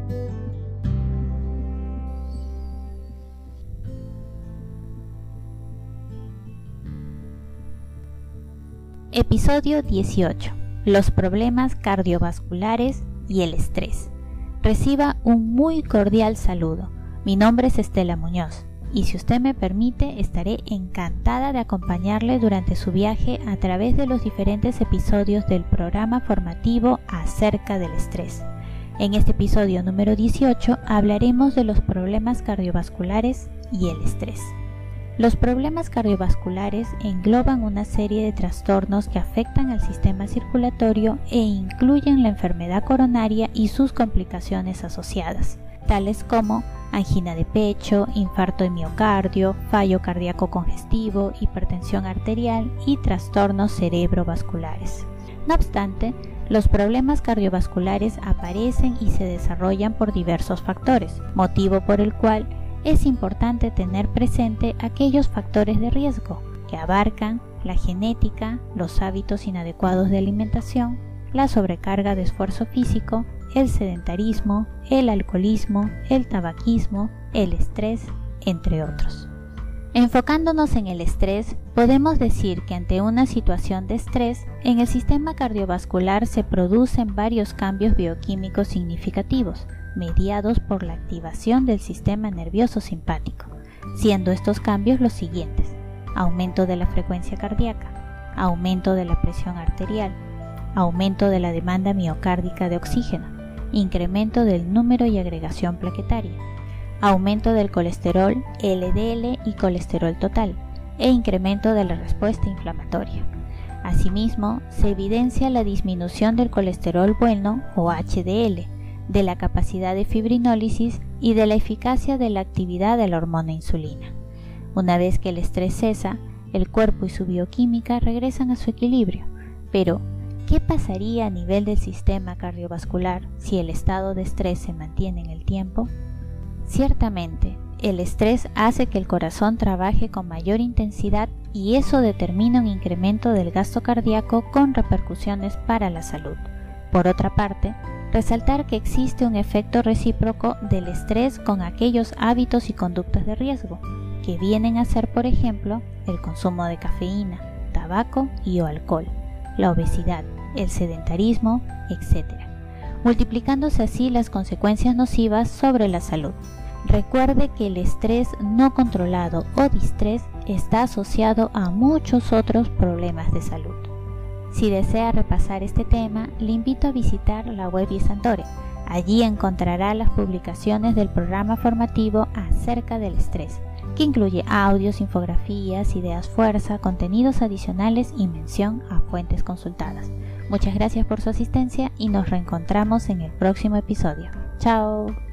Episodio 18. Los problemas cardiovasculares y el estrés. Reciba un muy cordial saludo. Mi nombre es Estela Muñoz y si usted me permite estaré encantada de acompañarle durante su viaje a través de los diferentes episodios del programa formativo acerca del estrés. En este episodio número 18 hablaremos de los problemas cardiovasculares y el estrés. Los problemas cardiovasculares engloban una serie de trastornos que afectan al sistema circulatorio e incluyen la enfermedad coronaria y sus complicaciones asociadas, tales como angina de pecho, infarto de miocardio, fallo cardíaco congestivo, hipertensión arterial y trastornos cerebrovasculares. No obstante, los problemas cardiovasculares aparecen y se desarrollan por diversos factores, motivo por el cual es importante tener presente aquellos factores de riesgo que abarcan la genética, los hábitos inadecuados de alimentación, la sobrecarga de esfuerzo físico, el sedentarismo, el alcoholismo, el tabaquismo, el estrés, entre otros. Enfocándonos en el estrés, podemos decir que ante una situación de estrés, en el sistema cardiovascular se producen varios cambios bioquímicos significativos, mediados por la activación del sistema nervioso simpático, siendo estos cambios los siguientes: aumento de la frecuencia cardíaca, aumento de la presión arterial, aumento de la demanda miocárdica de oxígeno, incremento del número y agregación plaquetaria, aumento del colesterol LDL y colesterol total, e incremento de la respuesta inflamatoria. Asimismo, se evidencia la disminución del colesterol bueno o HDL, de la capacidad de fibrinólisis y de la eficacia de la actividad de la hormona insulina. Una vez que el estrés cesa, el cuerpo y su bioquímica regresan a su equilibrio. Pero, ¿qué pasaría a nivel del sistema cardiovascular si el estado de estrés se mantiene en el tiempo? Ciertamente, el estrés hace que el corazón trabaje con mayor intensidad y eso determina un incremento del gasto cardíaco con repercusiones para la salud. Por otra parte, resaltar que existe un efecto recíproco del estrés con aquellos hábitos y conductas de riesgo, que vienen a ser, por ejemplo, el consumo de cafeína, tabaco y o alcohol, la obesidad, el sedentarismo, etc., multiplicándose así las consecuencias nocivas sobre la salud. Recuerde que el estrés no controlado o distrés está asociado a muchos otros problemas de salud. Si desea repasar este tema, le invito a visitar la web Isantore. Allí encontrará las publicaciones del programa formativo acerca del estrés, que incluye audios, infografías, ideas fuerza, contenidos adicionales y mención a fuentes consultadas. Muchas gracias por su asistencia y nos reencontramos en el próximo episodio. ¡Chao!